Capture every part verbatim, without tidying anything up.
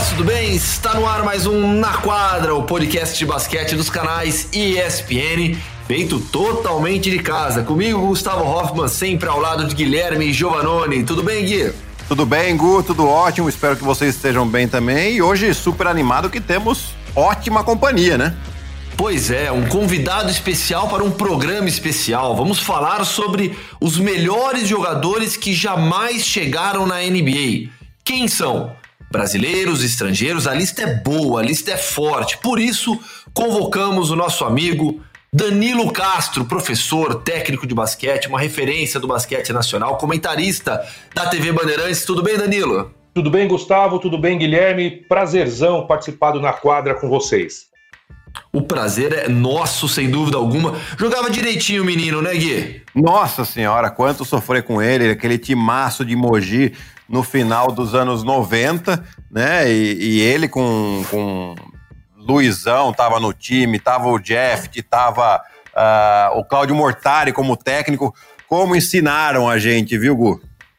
esportes, tudo bem? Está no ar mais um Na Quadra, o podcast de basquete dos canais E S P N, feito totalmente de casa. Comigo, Gustavo Hoffman, sempre ao lado de Guilherme Giovannoni. Tudo bem, Gui? Tudo bem, Gu, tudo ótimo. Espero que vocês estejam bem também. E hoje, super animado que temos ótima companhia, né? Pois é, um convidado especial para um programa especial. Vamos falar sobre os melhores jogadores que jamais chegaram na N B A. Quem são? Brasileiros, estrangeiros, a lista é boa, a lista é forte. Por isso, convocamos o nosso amigo Danilo Castro, professor, técnico de basquete, uma referência do basquete nacional, comentarista da T V Bandeirantes. Tudo bem, Danilo? Tudo bem, Gustavo? Tudo bem, Guilherme? Prazerzão participar do Na Quadra com vocês. O prazer é nosso, sem dúvida alguma. Jogava direitinho o menino, né, Gui? Nossa senhora, quanto sofrer com ele, aquele timaço de Mogi no final dos anos noventa, né? E, e ele com, com Luizão tava no time, tava o Jeff, tava uh, o Cláudio Mortari como técnico. Como ensinaram a gente, viu, Gu?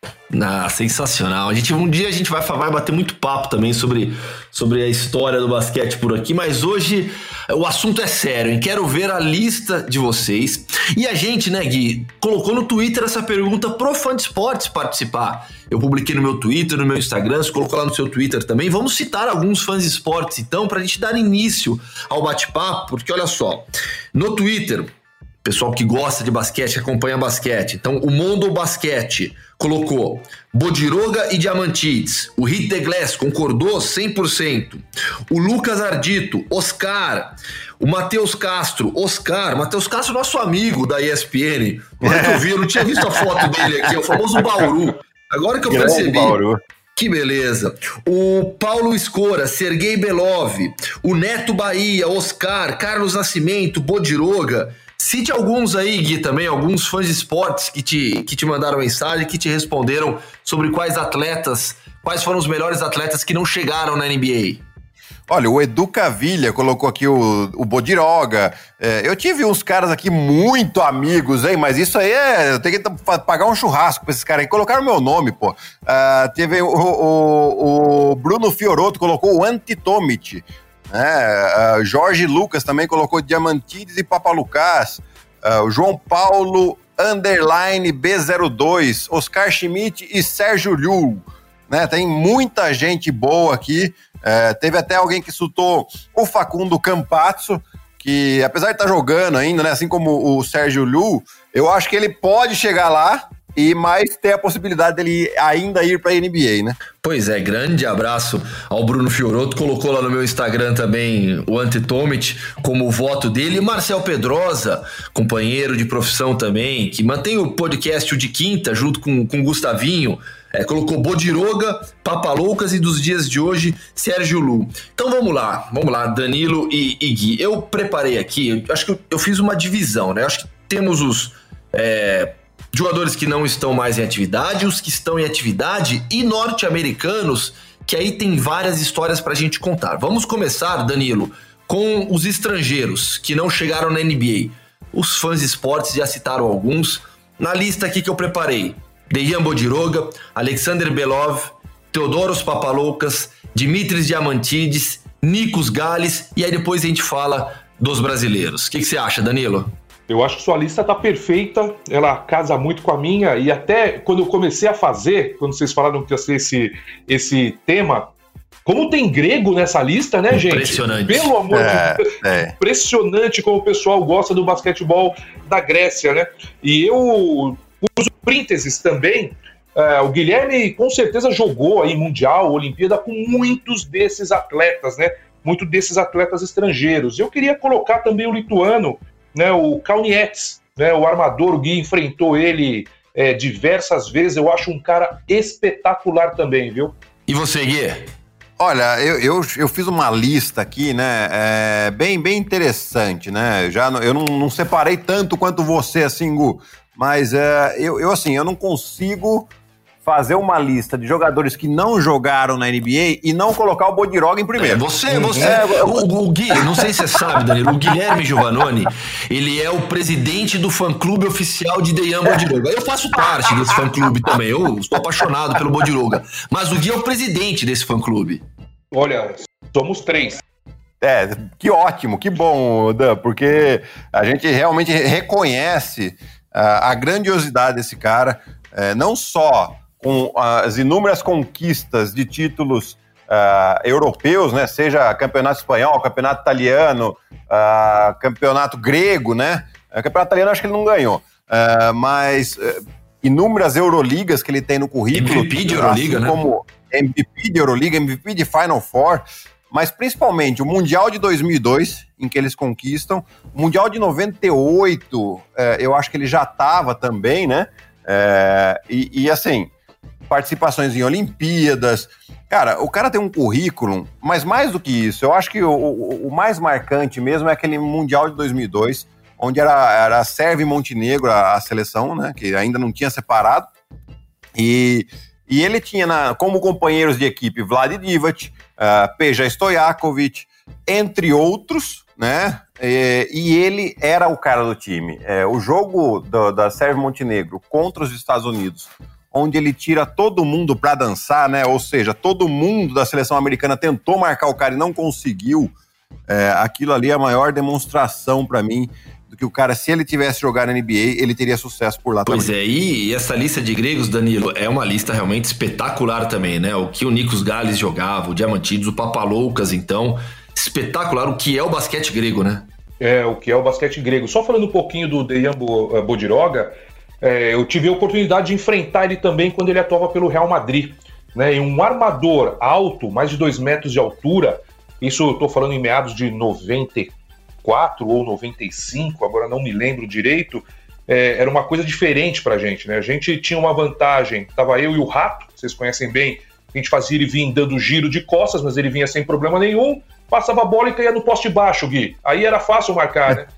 Ah, sensacional. A gente, um dia a gente vai, vai bater muito papo também sobre, sobre a história do basquete por aqui, mas hoje o assunto é sério, hein? Quero ver a lista de vocês. E a gente, né, Gui, colocou no Twitter essa pergunta pro Fã de Esportes participar. Eu publiquei no meu Twitter, no meu Instagram, você colocou lá no seu Twitter também. Vamos citar alguns fãs de esportes, então, pra gente dar início ao bate-papo, porque olha só, no Twitter, pessoal que gosta de basquete, que acompanha basquete. Então, o Mundo Basquete colocou Bodiroga e Diamantidis. O Hit the Glass concordou cem por cento. O Lucas Ardito, Oscar. O Matheus Castro, Oscar. Matheus Castro, nosso amigo da E S P N. Agora que eu vi, eu não tinha visto a foto dele aqui, é o famoso Bauru. Agora que eu percebi. Bauru. Que beleza. O Paulo Escora, Sergei Belov, o Neto Bahia, Oscar, Carlos Nascimento, Bodiroga. Cite alguns aí, Gui, também, alguns fãs de esportes que te, que te mandaram mensagem, que te responderam sobre quais atletas, quais foram os melhores atletas que não chegaram na N B A. Olha, o Edu Cavilha colocou aqui o, o Bodiroga. É, eu tive uns caras aqui muito amigos, hein? Mas isso aí é... Eu tenho que pagar um churrasco pra esses caras aí. Colocaram meu nome, pô. Uh, teve o, o, o Bruno Fiorotto, colocou o Antitomic. É, uh, Jorge Lucas também colocou Diamantidis e Papalucas. Uh, o João Paulo underline B zero dois, Oscar Schmidt e Sérgio Liu, né? Tem muita gente boa aqui. Uh, teve até alguém que citou o Facundo Campazzo, que apesar de estar jogando ainda, né, assim como o Sérgio Liu, eu acho que ele pode chegar lá e mais ter a possibilidade dele ainda ir para a N B A, né? Pois é, grande abraço ao Bruno Fiorotto, colocou lá no meu Instagram também o Antitomic como voto dele, e Marcel Pedrosa, companheiro de profissão também, que mantém o podcast o de quinta, junto com, com o Gustavinho, é, colocou Bodiroga, Papaloucas e dos dias de hoje, Sérgio Lu. Então vamos lá, vamos lá, Danilo e, e Gui. Eu preparei aqui, eu acho que eu, eu fiz uma divisão, né? Eu acho que temos os... É, jogadores que não estão mais em atividade, os que estão em atividade e norte-americanos, que aí tem várias histórias pra gente contar. Vamos começar, Danilo, com os estrangeiros que não chegaram na N B A. Os fãs de esportes já citaram alguns. Na lista aqui que eu preparei, Dejan Bodiroga, Alexander Belov, Theodoros Papaloukas, Dimitris Diamantidis, Nikos Gales, e aí depois a gente fala dos brasileiros. O que, que você acha, Danilo? Eu acho que sua lista está perfeita, ela casa muito com a minha, e até quando eu comecei a fazer, quando vocês falaram que ia ser esse, esse tema, como tem grego nessa lista, né, gente? Impressionante. Pelo amor é, de Deus, é. Impressionante como o pessoal gosta do basquetebol da Grécia, né? E eu uso prínteses também. Uh, o Guilherme com certeza jogou aí Mundial, Olimpíada, com muitos desses atletas, né? Muitos desses atletas estrangeiros. Eu queria colocar também o lituano, né, o Kaunietz, né, o armador, o Gui enfrentou ele é, diversas vezes, eu acho um cara espetacular também, viu? E você, Gui? Olha, eu, eu, eu fiz uma lista aqui, né, é, bem, bem interessante, né, já, eu não, não separei tanto quanto você, assim, Gu, mas é, eu, eu, assim, eu não consigo fazer uma lista de jogadores que não jogaram na N B A e não colocar o Bodiroga em primeiro. É, você, você. É, o, o Gui, não sei se você sabe, Danilo, o Guilherme Giovannoni, ele é o presidente do fã-clube oficial de Dejan Bodiroga. Eu faço parte desse fã-clube também, eu sou apaixonado pelo Bodiroga. Mas o Gui é o presidente desse fã-clube. Olha, somos três. É, que ótimo, que bom, Dan, porque a gente realmente reconhece uh, a grandiosidade desse cara, uh, não só com as inúmeras conquistas de títulos uh, europeus, né, seja campeonato espanhol, campeonato italiano, uh, campeonato grego, né, uh, campeonato italiano acho que ele não ganhou, uh, mas uh, inúmeras Euroligas que ele tem no currículo. M V P de Euroliga, assim, né? Como M V P de Euroliga, M V P de Final Four, mas principalmente o Mundial de dois mil e dois, em que eles conquistam, o Mundial de noventa e oito, é, eu acho que ele já estava também, né? É, e, e assim, participações em Olimpíadas. Cara, o cara tem um currículo, mas mais do que isso, eu acho que o, o, o mais marcante mesmo é aquele Mundial de dois mil e dois, onde era, era Sérvia e Montenegro a, a seleção, né? Que ainda não tinha separado. E... E ele tinha na, como companheiros de equipe Vlade Divac, uh, Peja Stojakovic, entre outros, né? E, e ele era o cara do time. É, o jogo do, da Sérvia e Montenegro contra os Estados Unidos, onde ele tira todo mundo para dançar, né? Ou seja, todo mundo da seleção americana tentou marcar o cara e não conseguiu. É, aquilo ali é a maior demonstração para mim que o cara, se ele tivesse jogado na N B A, ele teria sucesso por lá pois também. Pois é, e essa lista de gregos, Danilo, é uma lista realmente espetacular também, né? O que o Nikos Gales jogava, o Diamantidis, o Papaloukas, então, espetacular o que é o basquete grego, né? É, o que é o basquete grego. Só falando um pouquinho do Dejan Bodiroga, é, eu tive a oportunidade de enfrentar ele também quando ele atuava pelo Real Madrid, né? E um armador alto, mais de dois metros de altura, isso eu tô falando em meados de noventa e quatro ou noventa e cinco, agora não me lembro direito, é, era uma coisa diferente pra gente, né? A gente tinha uma vantagem, tava eu e o Rato, vocês conhecem bem, a gente fazia ele vir dando giro de costas, mas ele vinha sem problema nenhum, passava a bola e caía no poste baixo, Gui. Aí era fácil marcar, né?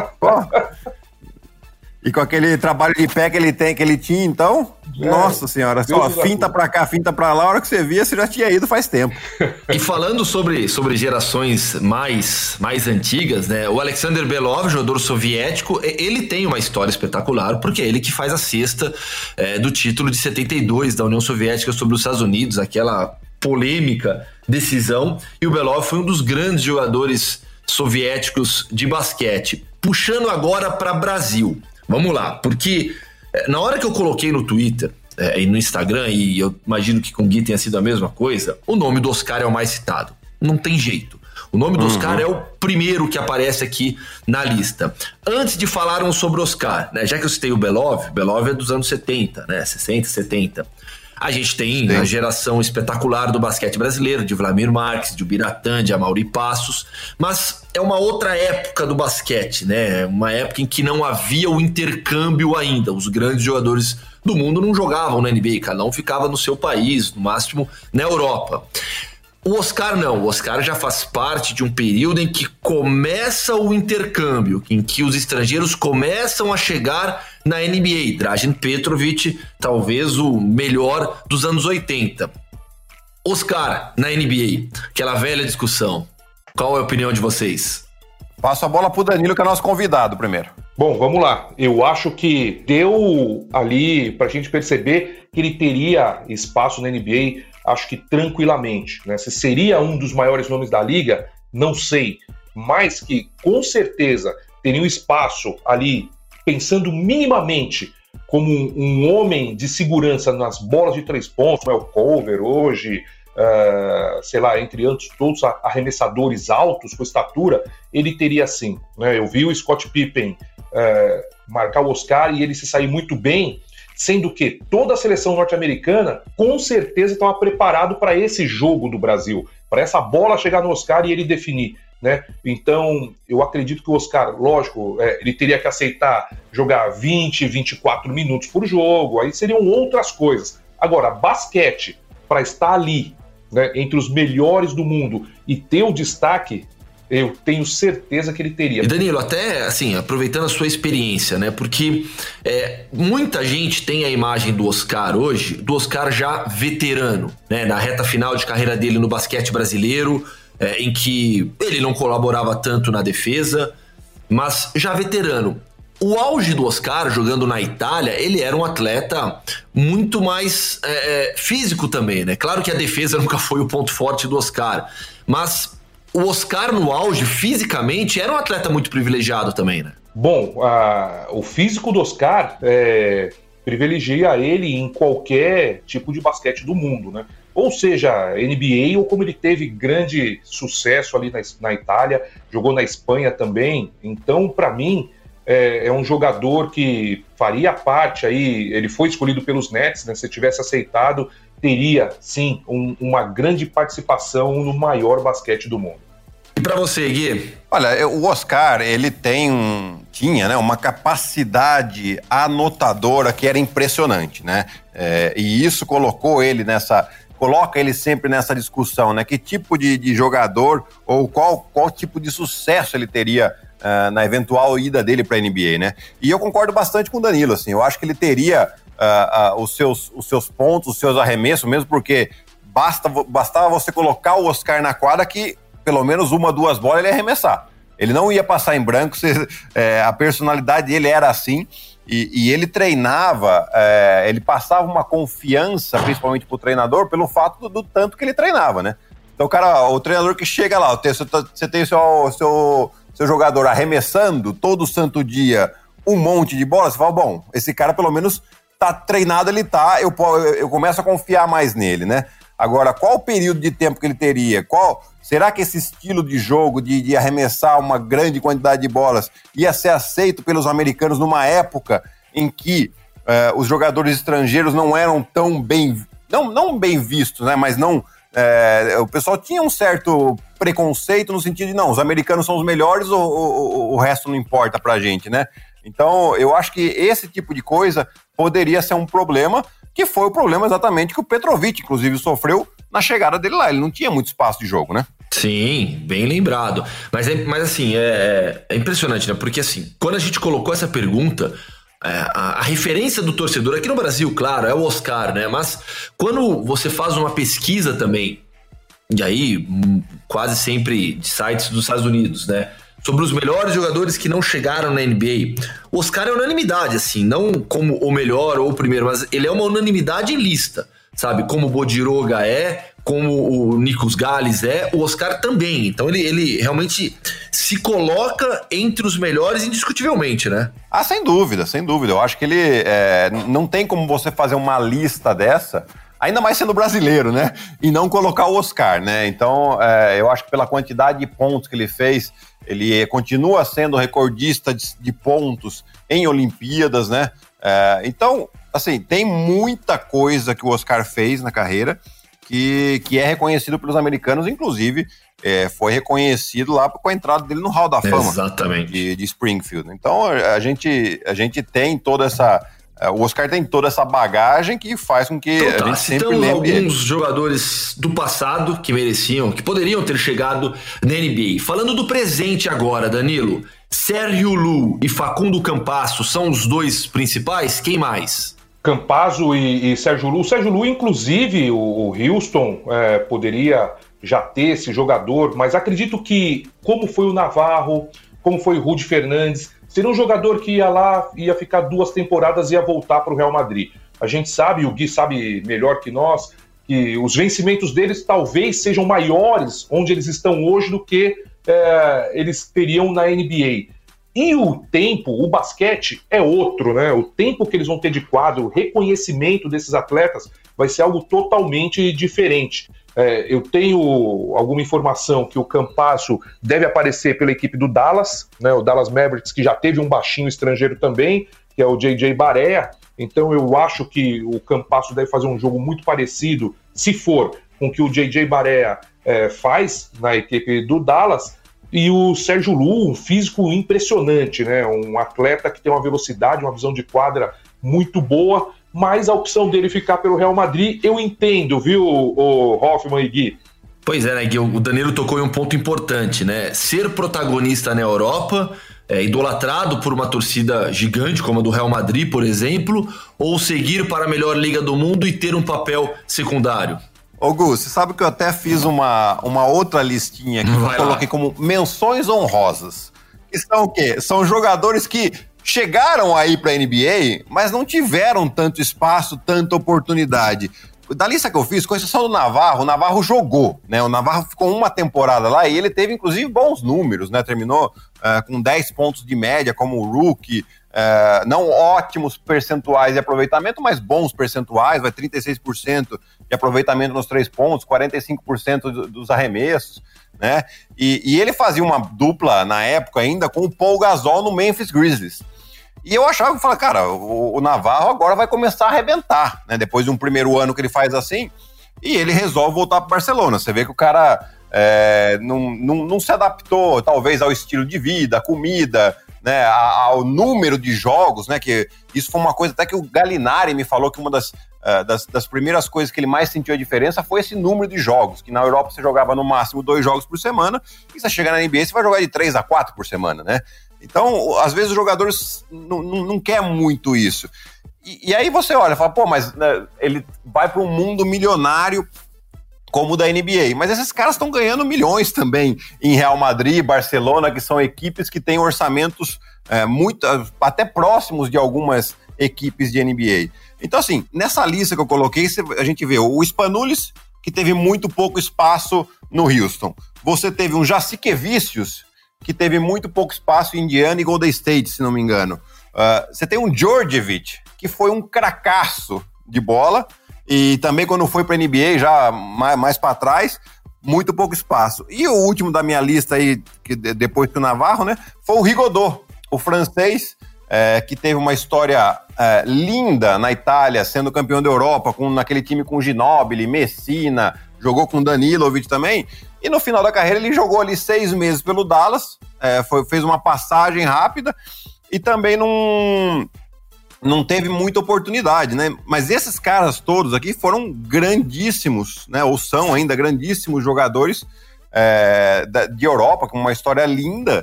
E com aquele trabalho de pé que ele tem, que ele tinha, então, é, nossa senhora, só finta pra cá, finta pra lá, a hora que você via, você já tinha ido faz tempo. E falando sobre, sobre gerações mais, mais antigas, né, o Alexander Belov, jogador soviético, ele tem uma história espetacular, porque é ele que faz a cesta é, do título de setenta e dois da União Soviética sobre os Estados Unidos, aquela polêmica decisão, e o Belov foi um dos grandes jogadores soviéticos de basquete. Puxando agora para Brasil. Vamos lá, porque na hora que eu coloquei no Twitter é, e no Instagram, e eu imagino que com o Gui tenha sido a mesma coisa, o nome do Oscar é o mais citado. Não tem jeito. O nome do uhum. Oscar é o primeiro que aparece aqui na lista. Antes de falarmos sobre o Oscar, né, já que eu citei o Belov, Belov é dos anos setenta, né, sessenta, setenta. A gente tem Sim. a geração espetacular do basquete brasileiro, de Vladimir Marques, de Ubiratã, de Amaury Passos, mas é uma outra época do basquete, né? Uma época em que não havia o intercâmbio ainda. Os grandes jogadores do mundo não jogavam na N B A, cada um ficava no seu país, no máximo na Europa. O Oscar não, o Oscar já faz parte de um período em que começa o intercâmbio, em que os estrangeiros começam a chegar na N B A. Dražen Petrovic, talvez o melhor dos anos oitenta. Oscar, na N B A, aquela velha discussão. Qual é a opinião de vocês? Passo a bola pro Danilo, que é nosso convidado primeiro. Bom, vamos lá. Eu acho que deu ali pra gente perceber que ele teria espaço na N B A, acho que tranquilamente, né? Se seria um dos maiores nomes da liga, não sei, mas que com certeza teria um espaço ali, pensando minimamente como um, um homem de segurança nas bolas de três pontos, como é o Culver hoje, uh, sei lá, entre todos arremessadores altos com estatura, ele teria sim, né? Eu vi o Scott Pippen uh, marcar o Oscar e ele se sair muito bem, sendo que toda a seleção norte-americana com certeza estava preparado para esse jogo do Brasil, para essa bola chegar no Oscar e ele definir, né? Então, eu acredito que o Oscar, lógico, é, ele teria que aceitar jogar vinte, vinte e quatro minutos por jogo, aí seriam outras coisas. Agora, basquete, para estar ali, né, entre os melhores do mundo e ter o destaque, eu tenho certeza que ele teria. E Danilo, até assim, aproveitando a sua experiência, né? Porque é, muita gente tem a imagem do Oscar hoje, do Oscar já veterano, né? Na reta final de carreira dele no basquete brasileiro, é, em que ele não colaborava tanto na defesa, mas já veterano. O auge do Oscar, jogando na Itália, ele era um atleta muito mais é, físico também, né? Claro que a defesa nunca foi o ponto forte do Oscar, mas o Oscar no auge, fisicamente, era um atleta muito privilegiado também, né? Bom, a, o físico do Oscar é, privilegia ele em qualquer tipo de basquete do mundo, né? Ou seja, N B A, ou como ele teve grande sucesso ali na, na Itália, jogou na Espanha também. Então, para mim, é, é um jogador que faria parte aí, ele foi escolhido pelos Nets, né? Se tivesse aceitado, teria, sim, um, uma grande participação no maior basquete do mundo. E para você, Gui? Olha, o Oscar, ele tem um, tinha né, uma capacidade anotadora que era impressionante, né? É, e isso colocou ele nessa... coloca ele sempre nessa discussão, né? Que tipo de, de jogador ou qual, qual tipo de sucesso ele teria uh, na eventual ida dele para a N B A, né? E eu concordo bastante com o Danilo, assim, eu acho que ele teria uh, uh, os, seus, os seus pontos, os seus arremessos, mesmo porque basta, bastava você colocar o Oscar na quadra que pelo menos uma, duas bolas ele ia arremessar. Ele não ia passar em branco, você, é, a personalidade dele era assim. E, e ele treinava, é, ele passava uma confiança, principalmente pro treinador, pelo fato do, do tanto que ele treinava, né? Então, o cara, o treinador que chega lá, você tem o seu, seu, seu jogador arremessando todo santo dia um monte de bola, você fala, bom, esse cara pelo menos tá treinado, ele tá, eu, eu, eu começo a confiar mais nele, né? Agora, qual o período de tempo que ele teria? Qual, será que esse estilo de jogo, de, de arremessar uma grande quantidade de bolas, ia ser aceito pelos americanos numa época em que uh, os jogadores estrangeiros não eram tão bem, não, não bem vistos, né? Mas não, uh, o pessoal tinha um certo preconceito no sentido de, não, os americanos são os melhores, o, o, o resto não importa pra gente, né? Então, eu acho que esse tipo de coisa poderia ser um problema, que foi o problema exatamente que o Petrovic, inclusive, sofreu na chegada dele lá. Ele não tinha muito espaço de jogo, né? Sim, bem lembrado. Mas, é, mas assim, é, é impressionante, né? Porque assim, quando a gente colocou essa pergunta, é, a, a referência do torcedor, aqui no Brasil, claro, é o Oscar, né? Mas quando você faz uma pesquisa também, e aí quase sempre de sites dos Estados Unidos, né? Sobre os melhores jogadores que não chegaram na N B A. O Oscar é unanimidade, assim, não como o melhor ou o primeiro, mas ele é uma unanimidade em lista, sabe? Como o Bodiroga é, como o Nikos Gales é, o Oscar também. Então ele, ele realmente se coloca entre os melhores indiscutivelmente, né? Ah, sem dúvida, sem dúvida. Eu acho que ele é, não tem como você fazer uma lista dessa, ainda mais sendo brasileiro, né? E não colocar o Oscar, né? Então, é, eu acho que pela quantidade de pontos que ele fez, ele continua sendo recordista de, de pontos em Olimpíadas, né? É, então, assim, tem muita coisa que o Oscar fez na carreira que, que é reconhecido pelos americanos, inclusive é, foi reconhecido lá com a entrada dele no Hall da Fama. Exatamente. De, de Springfield. Então, a gente, a gente tem toda essa... O Oscar tem toda essa bagagem que faz com que então, tá, a gente sempre lembre alguns ele. Jogadores do passado que mereciam, que poderiam ter chegado na N B A. Falando do presente agora, Danilo, Sérgio Lu e Facundo Campazzo são os dois principais? Quem mais? Campazzo e, e Sérgio Lu. Sérgio Lu, inclusive, o, o Houston é, poderia já ter esse jogador, mas acredito que, como foi o Navarro, como foi o Rudy Fernandes, seria um jogador que ia lá, ia ficar duas temporadas e ia voltar para o Real Madrid. A gente sabe, o Gui sabe melhor que nós, que os vencimentos deles talvez sejam maiores onde eles estão hoje do que é, eles teriam na N B A. E o tempo, o basquete é outro, né? O tempo que eles vão ter de quadro, o reconhecimento desses atletas vai ser algo totalmente diferente. É, eu tenho alguma informação que o Campazzo deve aparecer pela equipe do Dallas, né, o Dallas Mavericks, que já teve um baixinho estrangeiro também, que é o J J Barea. Então eu acho que o Campazzo deve fazer um jogo muito parecido, se for, com o que o J J Barea é, faz na equipe do Dallas. E o Sérgio Lu, um físico impressionante, né, um atleta que tem uma velocidade, uma visão de quadra muito boa, mas a opção dele ficar pelo Real Madrid, eu entendo, viu, o Hoffman e Gui? Pois é, né, Gui? O Danilo tocou em um ponto importante, né? Ser protagonista na Europa, é, idolatrado por uma torcida gigante, como a do Real Madrid, por exemplo, ou seguir para a melhor liga do mundo e ter um papel secundário? Ô Gu, você sabe que eu até fiz uma, uma outra listinha que eu coloquei como menções honrosas. Que são o quê? São jogadores que chegaram aí para a N B A, mas não tiveram tanto espaço, tanta oportunidade. Da lista que eu fiz, com exceção do Navarro, o Navarro jogou, né? O Navarro ficou uma temporada lá e ele teve, inclusive, bons números, né? Terminou uh, com dez pontos de média como rookie, uh, não ótimos percentuais de aproveitamento, mas bons percentuais, vai trinta e seis por cento de aproveitamento nos três pontos, quarenta e cinco por cento dos arremessos, né? E, e ele fazia uma dupla, na época ainda, com o Paul Gasol no Memphis Grizzlies. E eu achava que, falava, cara, o, o Navarro agora vai começar a arrebentar, né? Depois de um primeiro ano que ele faz assim, e ele resolve voltar para Barcelona. Você vê que o cara é, não, não, não se adaptou, talvez, ao estilo de vida, à comida, né? Ao número de jogos, né? Que isso foi uma coisa até que o Gallinari me falou que uma das, uh, das, das primeiras coisas que ele mais sentiu a diferença foi esse número de jogos, que na Europa você jogava no máximo dois jogos por semana, e você chega na N B A você vai jogar de três a quatro por semana, né? Então, às vezes os jogadores não, não, não querem muito isso. E, e aí você olha e fala, pô, mas né, ele vai para um mundo milionário como o da N B A. Mas esses caras estão ganhando milhões também em Real Madrid, Barcelona, que são equipes que têm orçamentos é, muito, até próximos de algumas equipes de N B A. Então, assim, nessa lista que eu coloquei, a gente vê o Spanulis, que teve muito pouco espaço no Houston. Você teve um Jasikevičius, que teve muito pouco espaço em Indiana e Golden State, se não me engano. Uh, você tem um Djordjevic, que foi um cracaço de bola, e também quando foi para a N B A, já mais, mais para trás, muito pouco espaço. E o último da minha lista aí, que depois do Navarro, né, foi o Rigaudot, o francês, é, que teve uma história é, linda na Itália, sendo campeão da Europa, com, naquele time com Ginóbili, Messina, jogou com Danilovic também. E no final da carreira ele jogou ali seis meses pelo Dallas, é, foi, fez uma passagem rápida e também não, não teve muita oportunidade, né? Mas esses caras todos aqui foram grandíssimos, né? Ou são ainda grandíssimos jogadores é, da, de Europa, com uma história linda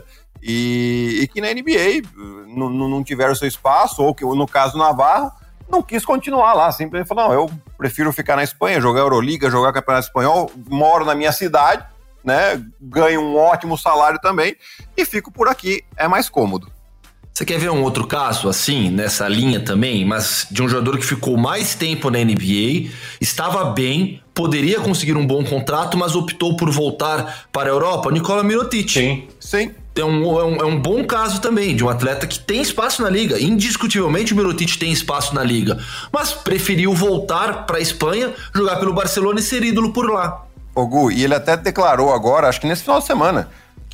e, e que na N B A não, não tiveram seu espaço, ou que no caso do Navarro, não quis continuar lá, simplesmente falou, não, eu prefiro ficar na Espanha, jogar Euroliga, jogar Campeonato Espanhol, moro na minha cidade, né, ganho um ótimo salário também e fico por aqui, é mais cômodo. Você quer ver um outro caso, assim, nessa linha também, mas de um jogador que ficou mais tempo na N B A, estava bem, poderia conseguir um bom contrato, mas optou por voltar para a Europa? Nikola Mirotic. Sim, sim. É um, é, um, é um bom caso também, de um atleta que tem espaço na liga. Indiscutivelmente o Mirotic tem espaço na liga, mas preferiu voltar para a Espanha, jogar pelo Barcelona e ser ídolo por lá. Ô Gu, e ele até declarou agora, acho que nesse final de semana,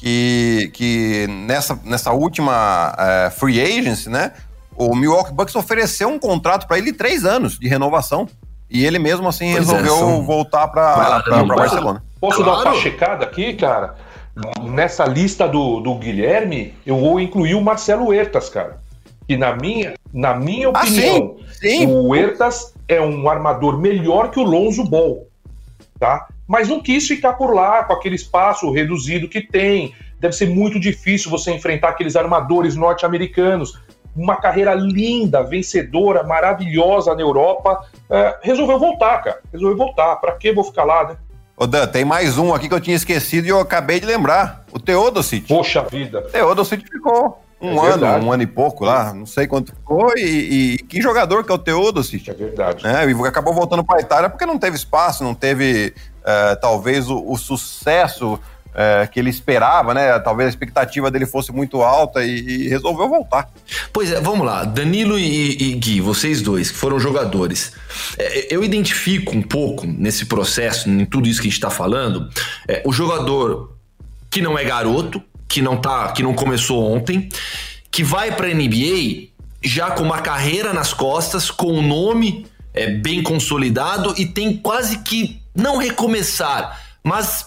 que, que nessa, nessa última uh, free agency, né, o Milwaukee Bucks ofereceu um contrato para ele de três anos de renovação. E ele mesmo assim pois resolveu é, são... voltar para Barcelona. Posso claro. dar uma checada aqui, cara? Nessa lista do, do Guilherme, eu vou incluir o Marcelo Huertas, cara. Que na minha, na minha opinião, ah, sim, sim. o Huertas é um armador melhor que o Lonzo Ball, tá? Mas não quis ficar por lá, com aquele espaço reduzido que tem. Deve ser muito difícil você enfrentar aqueles armadores norte-americanos. Uma carreira linda, vencedora, maravilhosa na Europa. É, resolveu voltar, cara. Resolveu voltar. Pra que vou ficar lá, né? Ô Dan, tem mais um aqui que eu tinha esquecido e eu acabei de lembrar. O Teodosic. Poxa vida. O Teodosic ficou um é ano, verdade. um ano e pouco lá, não sei quanto ficou. E, e que jogador que é o Teodosic. É verdade. É, e acabou voltando para a Itália porque não teve espaço, não teve uh, talvez o, o sucesso uh, que ele esperava, né? Talvez a expectativa dele fosse muito alta e, e resolveu voltar. Pois é, vamos lá. Danilo e, e Gui, vocês dois que foram jogadores. É, eu identifico um pouco nesse processo, em tudo isso que a gente está falando, é, o jogador que não é garoto, que não, tá, que não começou ontem, que vai para a N B A já com uma carreira nas costas, com o nome é, bem consolidado e tem quase que não recomeçar, mas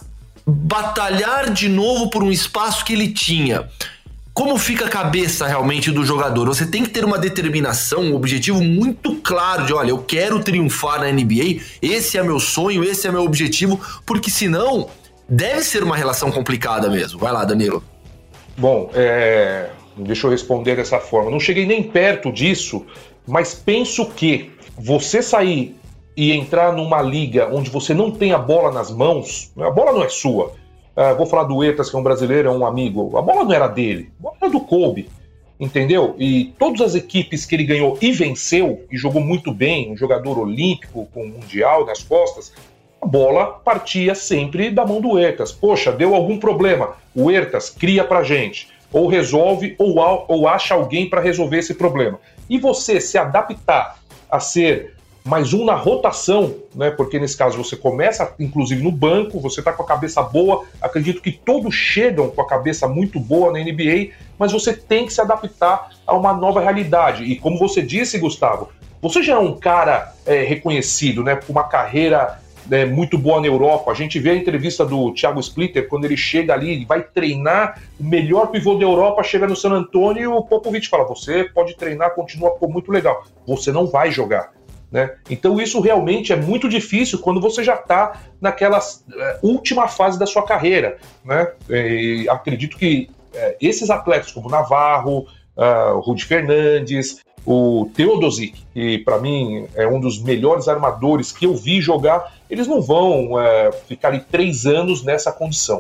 batalhar de novo por um espaço que ele tinha. Como fica a cabeça realmente do jogador? Você tem que ter uma determinação, um objetivo muito claro de, olha, eu quero triunfar na N B A, esse é meu sonho, esse é meu objetivo, porque senão deve ser uma relação complicada mesmo. Vai lá, Danilo. Bom, é... deixa eu responder dessa forma. Não cheguei nem perto disso, mas penso que você sair e entrar numa liga onde você não tem a bola nas mãos, a bola não é sua. Uh, vou falar do Huertas, que é um brasileiro, é um amigo. A bola não era dele, a bola era do Kobe. entendeu? E todas as equipes que ele ganhou e venceu, e jogou muito bem, um jogador olímpico com o Mundial nas costas, a bola partia sempre da mão do Huertas. Poxa, deu algum problema, o Huertas cria pra gente, ou resolve, ou, ou acha alguém para resolver esse problema. E você se adaptar a ser mais um na rotação, né? Porque nesse caso você começa, inclusive, no banco, você tá com a cabeça boa, acredito que todos chegam com a cabeça muito boa na N B A, mas você tem que se adaptar a uma nova realidade. E como você disse, Gustavo, você já é um cara é, reconhecido, né? Com uma carreira é, muito boa na Europa. A gente vê a entrevista do Thiago Splitter, quando ele chega ali, ele vai treinar o melhor pivô da Europa, chega no San Antonio e o Popovich fala, você pode treinar, continua, ficou muito legal. Você não vai jogar. Né? Então isso realmente é muito difícil quando você já está naquela é, última fase da sua carreira, né? E acredito que é, esses atletas como Navarro, uh, Rudy Fernandes, o Teodosic, que para mim é um dos melhores armadores que eu vi jogar, eles não vão é, ficar ali três anos nessa condição.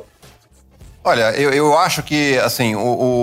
Olha, eu, eu acho que, assim, o,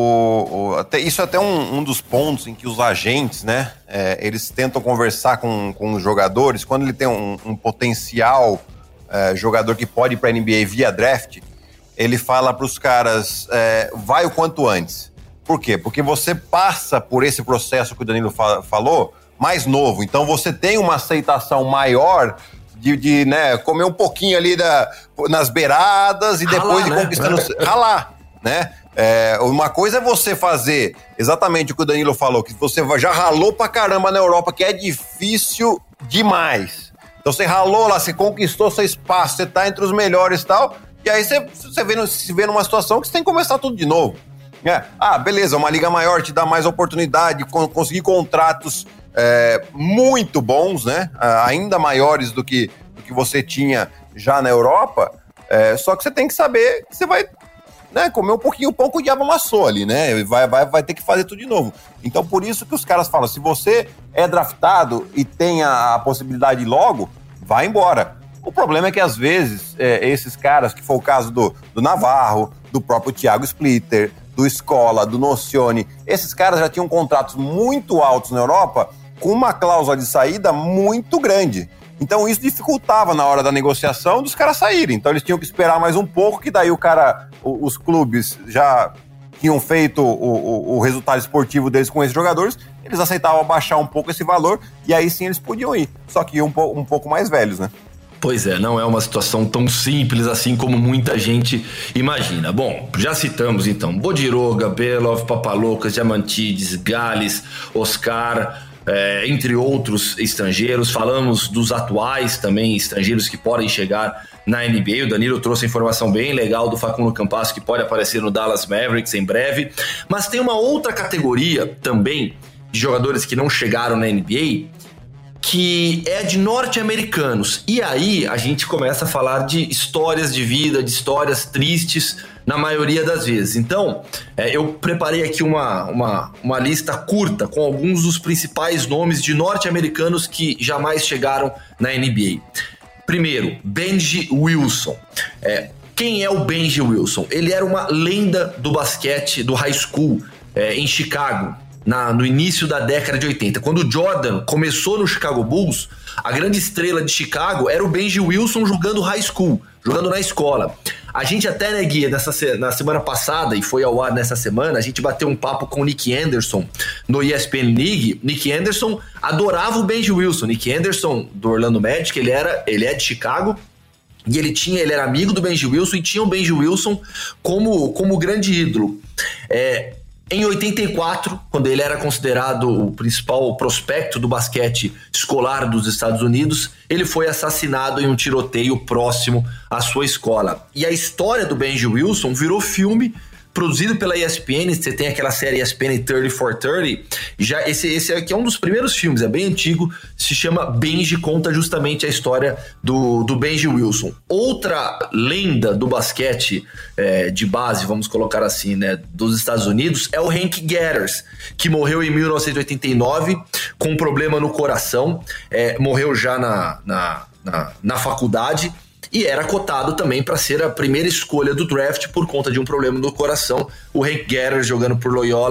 o, o, até, isso é até um, um dos pontos em que os agentes, né, é, eles tentam conversar com, com os jogadores, quando ele tem um, um potencial é, jogador que pode ir para a N B A via draft, ele fala para os caras, é, vai o quanto antes. Por quê? Porque você passa por esse processo que o Danilo fa- falou, mais novo, então você tem uma aceitação maior De, de né, comer um pouquinho ali da, nas beiradas e ralar, depois de né? conquistando... ralar, né? É, uma coisa é você fazer exatamente o que o Danilo falou, que você já ralou pra caramba na Europa, que é difícil demais. Então você ralou lá, você conquistou seu espaço, você tá entre os melhores e tal, e aí você, você vê, se vê numa situação que você tem que começar tudo de novo. É. Ah, beleza, uma liga maior te dá mais oportunidade, conseguir contratos É, muito bons, né? Ainda maiores do que, do que você tinha já na Europa, é, só que você tem que saber que você vai, né, comer um pouquinho o pão que o diabo amassou ali, né? Vai, vai, vai ter que fazer tudo de novo. Então, por isso que os caras falam, se você é draftado e tem a, a possibilidade logo, vai embora. O problema é que, às vezes, é, esses caras, que foi o caso do, do Navarro, do próprio Thiago Splitter, do Scola, do Nocioni, esses caras já tinham contratos muito altos na Europa, com uma cláusula de saída muito grande. Então isso dificultava na hora da negociação dos caras saírem. Então eles tinham que esperar mais um pouco, que daí o cara, os clubes já tinham feito o, o, o resultado esportivo deles com esses jogadores, eles aceitavam baixar um pouco esse valor, e aí sim eles podiam ir. Só que iam um, po- um pouco mais velhos, né? Pois é, não é uma situação tão simples assim como muita gente imagina. Bom, já citamos então Bodiroga, Belov, Papaloukas, Diamantidis, Gales, Oscar, é, entre outros estrangeiros. Falamos dos atuais também estrangeiros que podem chegar na N B A. O Danilo trouxe informação bem legal do Facundo Campasso, que pode aparecer no Dallas Mavericks em breve. Mas tem uma outra categoria também de jogadores que não chegaram na N B A, que é de norte-americanos. E aí a gente começa a falar de histórias de vida, de histórias tristes, na maioria das vezes. Então, é, eu preparei aqui uma, uma, uma lista curta com alguns dos principais nomes de norte-americanos que jamais chegaram na N B A. Primeiro, Benji Wilson. É, quem é o Benji Wilson? Ele era uma lenda do basquete do high school é, em Chicago, Na, no início da década de oitenta. Quando o Jordan começou no Chicago Bulls, a grande estrela de Chicago era o Benji Wilson jogando high school, jogando na escola. A gente até, né, Gui, nessa, na semana passada, e foi ao ar nessa semana, a gente bateu um papo com o Nick Anderson no E S P N League. Nick Anderson adorava o Benji Wilson. Nick Anderson, do Orlando Magic, ele, era, ele é de Chicago, e ele, tinha, ele era amigo do Benji Wilson e tinha o Benji Wilson como, como grande ídolo. É... Em oitenta e quatro, quando ele era considerado o principal prospecto do basquete escolar dos Estados Unidos, ele foi assassinado em um tiroteio próximo à sua escola. E a história do Benji Wilson virou filme, produzido pela E S P N. Você tem aquela série E S P N trinta por trinta. Já esse, esse aqui é um dos primeiros filmes, é bem antigo, se chama Benji, conta justamente a história do, do Benji Wilson. Outra lenda do basquete é, de base, vamos colocar assim, né, dos Estados Unidos, é o Hank Gathers, que morreu em mil novecentos e oitenta e nove com um problema no coração, é, morreu já na, na, na, na faculdade, e era cotado também para ser a primeira escolha do draft por conta de um problema no coração. O Hank Gathers, jogando por Loyola,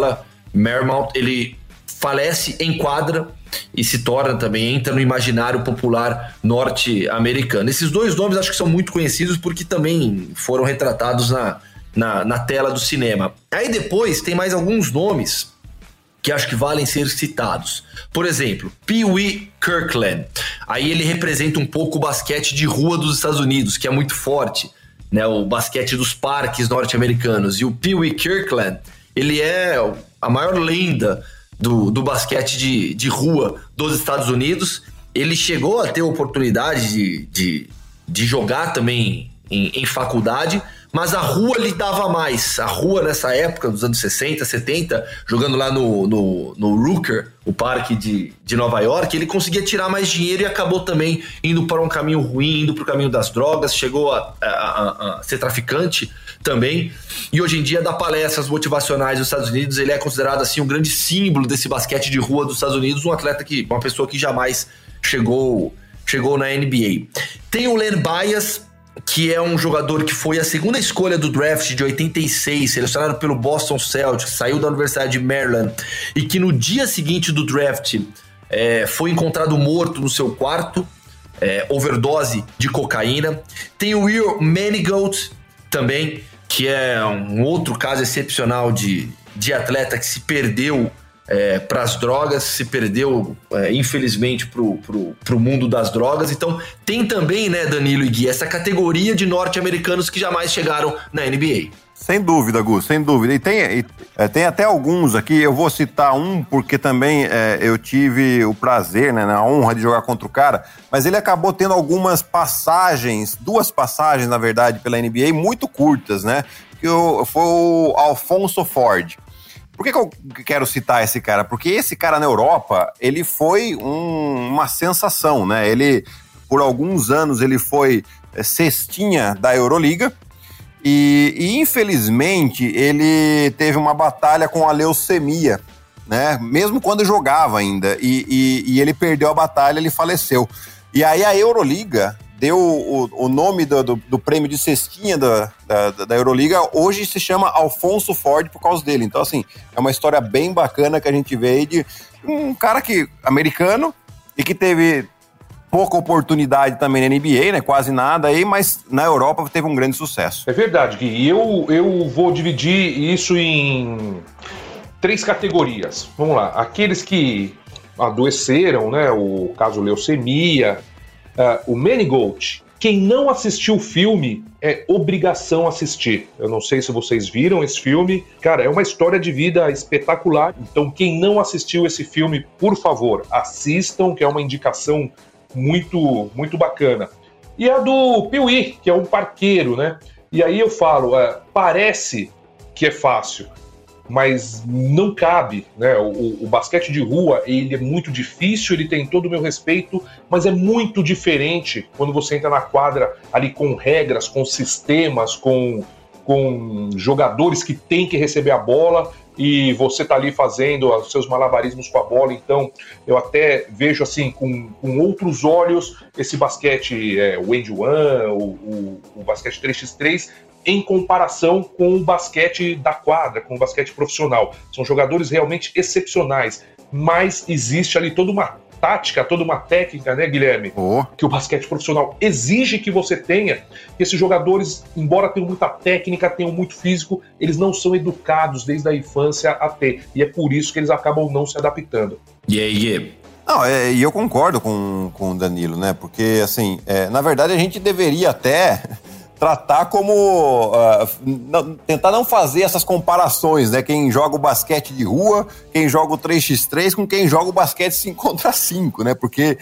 Marymount, ele falece em quadra e se torna também, entra no imaginário popular norte-americano. Esses dois nomes acho que são muito conhecidos porque também foram retratados na, na, na tela do cinema. Aí depois tem mais alguns nomes que acho que valem ser citados. Por exemplo, Pee Wee Kirkland. Aí ele representa um pouco o basquete de rua dos Estados Unidos, que é muito forte, né? O basquete dos parques norte-americanos. E o Pee Wee Kirkland, ele é a maior lenda do, do basquete de, de rua dos Estados Unidos. Ele chegou a ter a oportunidade de, de, de jogar também em, em faculdade, mas a rua lhe dava mais. A rua nessa época, dos anos sessenta, setenta, jogando lá no, no, no Rooker, o parque de, de Nova York, ele conseguia tirar mais dinheiro e acabou também indo para um caminho ruim, indo para o caminho das drogas, chegou a, a, a, a ser traficante também, e hoje em dia dá palestras motivacionais nos Estados Unidos. Ele é considerado assim um grande símbolo desse basquete de rua dos Estados Unidos, um atleta que, uma pessoa que jamais chegou, chegou na N B A. Tem o Len Bias, que é um jogador que foi a segunda escolha do draft de oitenta e seis, selecionado pelo Boston Celtics, saiu da Universidade de Maryland, e que no dia seguinte do draft é, foi encontrado morto no seu quarto, é, overdose de cocaína. Tem o Will Manigault também, que é um outro caso excepcional de, de atleta que se perdeu É, para as drogas, se perdeu, é, infelizmente, para o mundo das drogas. Então, tem também, né, Danilo e Gui, essa categoria de norte-americanos que jamais chegaram na N B A. Sem dúvida, Gus, sem dúvida. E tem, e, é, tem até alguns aqui, eu vou citar um, porque também é, eu tive o prazer, né, a honra de jogar contra o cara, mas ele acabou tendo algumas passagens, duas passagens, na verdade, pela N B A, muito curtas, né? Que eu, foi o Alfonso Ford. Por que, que eu quero citar esse cara? Porque esse cara na Europa, ele foi um, uma sensação, né? Ele, por alguns anos, ele foi cestinha da Euroliga e, e infelizmente, ele teve uma batalha com a leucemia, né? Mesmo quando jogava ainda, e, e, e ele perdeu a batalha, ele faleceu. E aí a Euroliga deu o, o nome do, do, do prêmio de cestinha da, da, da Euroliga, hoje se chama Alfonso Ford por causa dele. Então, assim, é uma história bem bacana que a gente vê aí de um cara que, americano, e que teve pouca oportunidade também na N B A, né, quase nada aí, mas na Europa teve um grande sucesso. É verdade, Gui. E eu, eu vou dividir isso em três categorias. Vamos lá, aqueles que adoeceram, né, o caso leucemia, Uh, o Manigault. Quem não assistiu o filme é obrigação assistir. Eu não sei se vocês viram esse filme. Cara, é uma história de vida espetacular. Então, quem não assistiu esse filme, por favor, assistam, que é uma indicação muito, muito bacana. E a do Pee Wee, que é um parqueiro, né? E aí eu falo, uh, parece que é fácil, mas não cabe, né? O, o basquete de rua, ele é muito difícil, ele tem todo o meu respeito, mas é muito diferente quando você entra na quadra ali com regras, com sistemas, com, com jogadores que têm que receber a bola e você tá ali fazendo os seus malabarismos com a bola. Então eu até vejo assim com, com outros olhos esse basquete, é, o N one, o, o, o basquete três por três, em comparação com o basquete da quadra, com o basquete profissional. São jogadores realmente excepcionais, mas existe ali toda uma tática, toda uma técnica, né, Guilherme? Oh. Que o basquete profissional exige que você tenha. Esses jogadores, embora tenham muita técnica, tenham muito físico, eles não são educados desde a infância a ter. E é por isso que eles acabam não se adaptando. E aí, Gui? Não, é, e eu concordo com, com o Danilo, né? Porque, assim, é, na verdade a gente deveria até tratar como... Uh, não, tentar não fazer essas comparações, né? Quem joga o basquete de rua, quem joga o três por três com quem joga o basquete cinco contra cinco, né? Porque,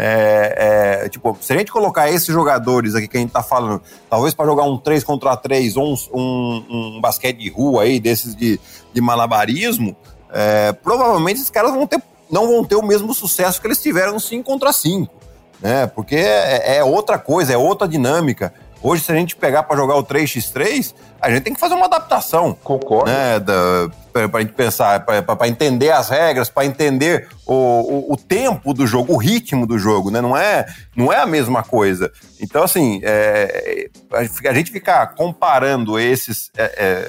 é, é, tipo, se a gente colocar esses jogadores aqui que a gente tá falando, talvez para jogar um três contra três ou um, um, um basquete de rua aí, desses de, de malabarismo, é, provavelmente esses caras vão ter, não vão ter o mesmo sucesso que eles tiveram no cinco contra cinco, né? Porque é, é outra coisa, é outra dinâmica. Hoje, se a gente pegar para jogar o três por três, a gente tem que fazer uma adaptação. Concordo. Né, para a gente pensar, para entender as regras, para entender o, o, o tempo do jogo, o ritmo do jogo, né? Não é, não é a mesma coisa. Então, assim, é, a gente ficar comparando esses... É, é,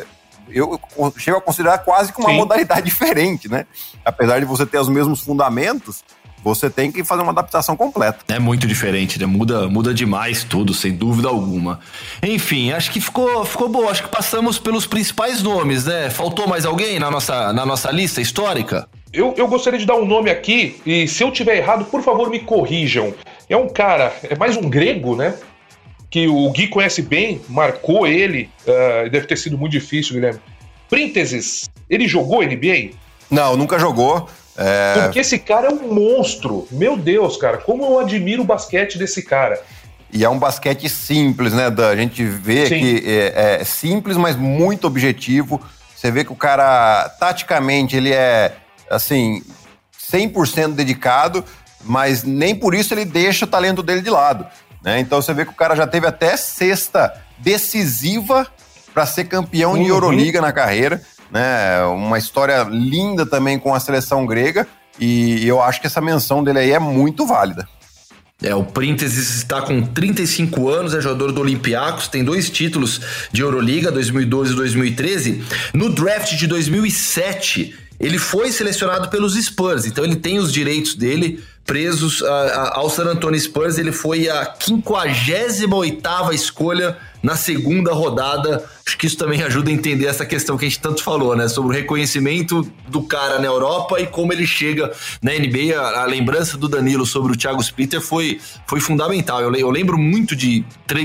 eu chego a considerar quase que uma Sim. modalidade diferente, né? Apesar de você ter os mesmos fundamentos, você tem que fazer uma adaptação completa. É muito diferente, né? Muda, muda demais tudo, sem dúvida alguma. Enfim, acho que ficou, ficou bom. Acho que passamos pelos principais nomes, né? Faltou mais alguém na nossa, na nossa lista histórica? Eu, eu gostaria de dar um nome aqui, e se eu tiver errado, por favor, me corrijam. É um cara, é mais um grego, né? Que o Gui conhece bem, marcou ele, uh, deve ter sido muito difícil, Guilherme. Príntesis, ele jogou N B A? Não, nunca jogou. É... Porque esse cara é um monstro. Meu Deus, cara, como eu admiro o basquete desse cara. E é um basquete simples, né, Dan? A gente vê Sim. que é, é simples, mas muito objetivo. Você vê que o cara, taticamente, ele é, assim, cem por cento dedicado, mas nem por isso ele deixa o talento dele de lado, né? Então você vê que o cara já teve até cesta decisiva para ser campeão uhum. de Euroliga na carreira, né? Uma história linda também com a seleção grega, e eu acho que essa menção dele aí é muito válida. É, o Príntesis está com trinta e cinco anos, é jogador do Olympiacos, tem dois títulos de Euroliga, dois mil e doze e dois mil e treze. No draft de dois mil e sete, ele foi selecionado pelos Spurs, então ele tem os direitos dele presos a, a, ao San Antonio Spurs. Ele foi a quinquagésima oitava escolha na segunda rodada. Acho que isso também ajuda a entender essa questão que a gente tanto falou, né? Sobre o reconhecimento do cara na Europa e como ele chega na N B A. A, a lembrança do Danilo sobre o Thiago Splitter foi, foi fundamental. Eu, eu lembro muito de,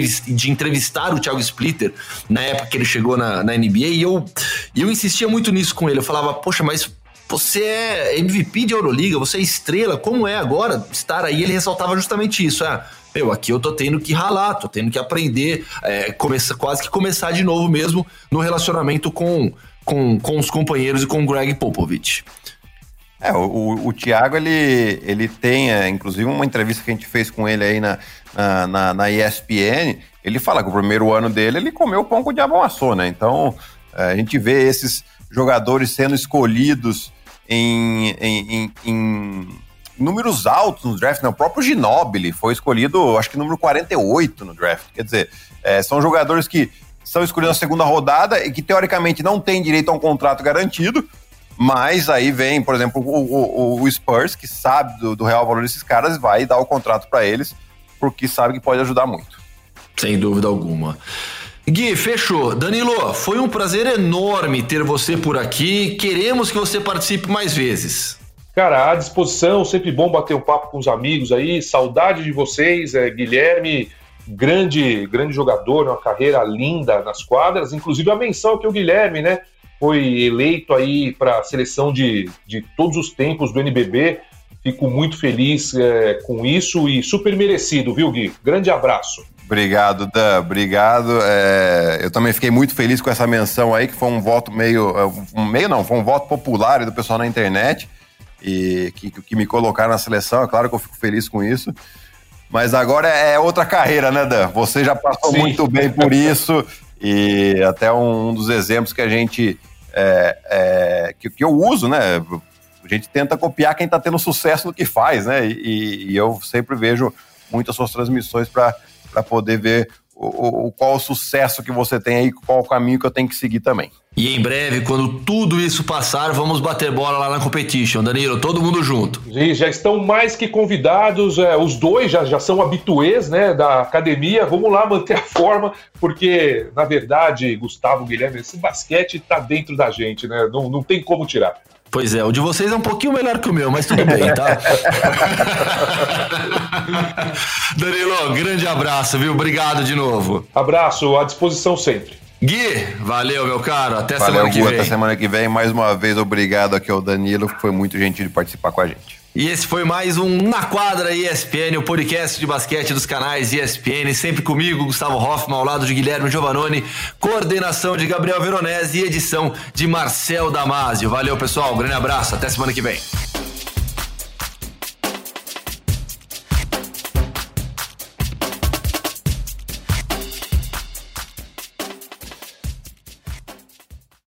de entrevistar o Thiago Splitter na época que ele chegou na, na N B A, e eu, eu insistia muito nisso com ele. Eu falava, poxa, mas você é M V P de Euroliga, você é estrela, como é agora estar aí? Ele ressaltava justamente isso, é... Meu, aqui eu tô tendo que ralar, tô tendo que aprender, é, começa, quase que começar de novo mesmo no relacionamento com, com, com os companheiros e com o Greg Popovich. É, o, o Thiago, ele, ele tem, é, inclusive, uma entrevista que a gente fez com ele aí na, na, na, na E S P N, ele fala que o primeiro ano dele, ele comeu pão com o diabo amassou, né? Então, é, a gente vê esses jogadores sendo escolhidos em... em, em, em números altos no draft, né? O próprio Ginóbili foi escolhido, acho que número quarenta e oito no draft. Quer dizer, é, são jogadores que são escolhidos na segunda rodada e que, teoricamente, não têm direito a um contrato garantido, mas aí vem, por exemplo, o, o, o Spurs, que sabe do, do real valor desses caras, vai dar o contrato para eles, porque sabe que pode ajudar muito. Sem dúvida alguma. Gui, fechou. Danilo, foi um prazer enorme ter você por aqui. Queremos que você participe mais vezes. Cara, à disposição, sempre bom bater um papo com os amigos aí, saudade de vocês, é, Guilherme, grande, grande jogador, uma carreira linda nas quadras, inclusive a menção aqui o Guilherme, né, foi eleito aí para a seleção de, de todos os tempos do N B B, fico muito feliz é, com isso e super merecido, viu, Gui? Grande abraço. Obrigado, Dan, obrigado. É, eu também fiquei muito feliz com essa menção aí, que foi um voto meio, um meio não, foi um voto popular do pessoal na internet, e que, que me colocaram na seleção. É claro que eu fico feliz com isso, mas agora é outra carreira, né, Dan? Você já passou Sim. muito bem por isso, e até um, um dos exemplos que a gente é, é, que, que eu uso, né? A gente tenta copiar quem está tendo sucesso no que faz, né? E, e eu sempre vejo muitas suas transmissões para para poder ver o, o, qual o sucesso que você tem aí, qual o caminho que eu tenho que seguir também. E em breve, quando tudo isso passar, vamos bater bola lá na competition, Danilo, todo mundo junto. Sim, já estão mais que convidados, é, os dois já, já são habituês, né, da academia, vamos lá manter a forma, porque, na verdade, Gustavo, Guilherme, esse basquete tá dentro da gente, né, não, não tem como tirar. Pois é, o de vocês é um pouquinho melhor que o meu, mas tudo bem, tá? Danilo, grande abraço, viu? Obrigado de novo. Abraço, à disposição sempre. Gui, valeu, meu caro. Até valeu, semana que Gu, vem. Até semana que vem. Mais uma vez, obrigado aqui ao Danilo, que foi muito gentil de participar com a gente. E esse foi mais um Na Quadra E S P N, o podcast de basquete dos canais E S P N, sempre comigo, Gustavo Hoffman, ao lado de Guilherme Giovannoni, coordenação de Gabriel Veronese e edição de Marcel Damasio. Valeu, pessoal, um grande abraço, até semana que vem.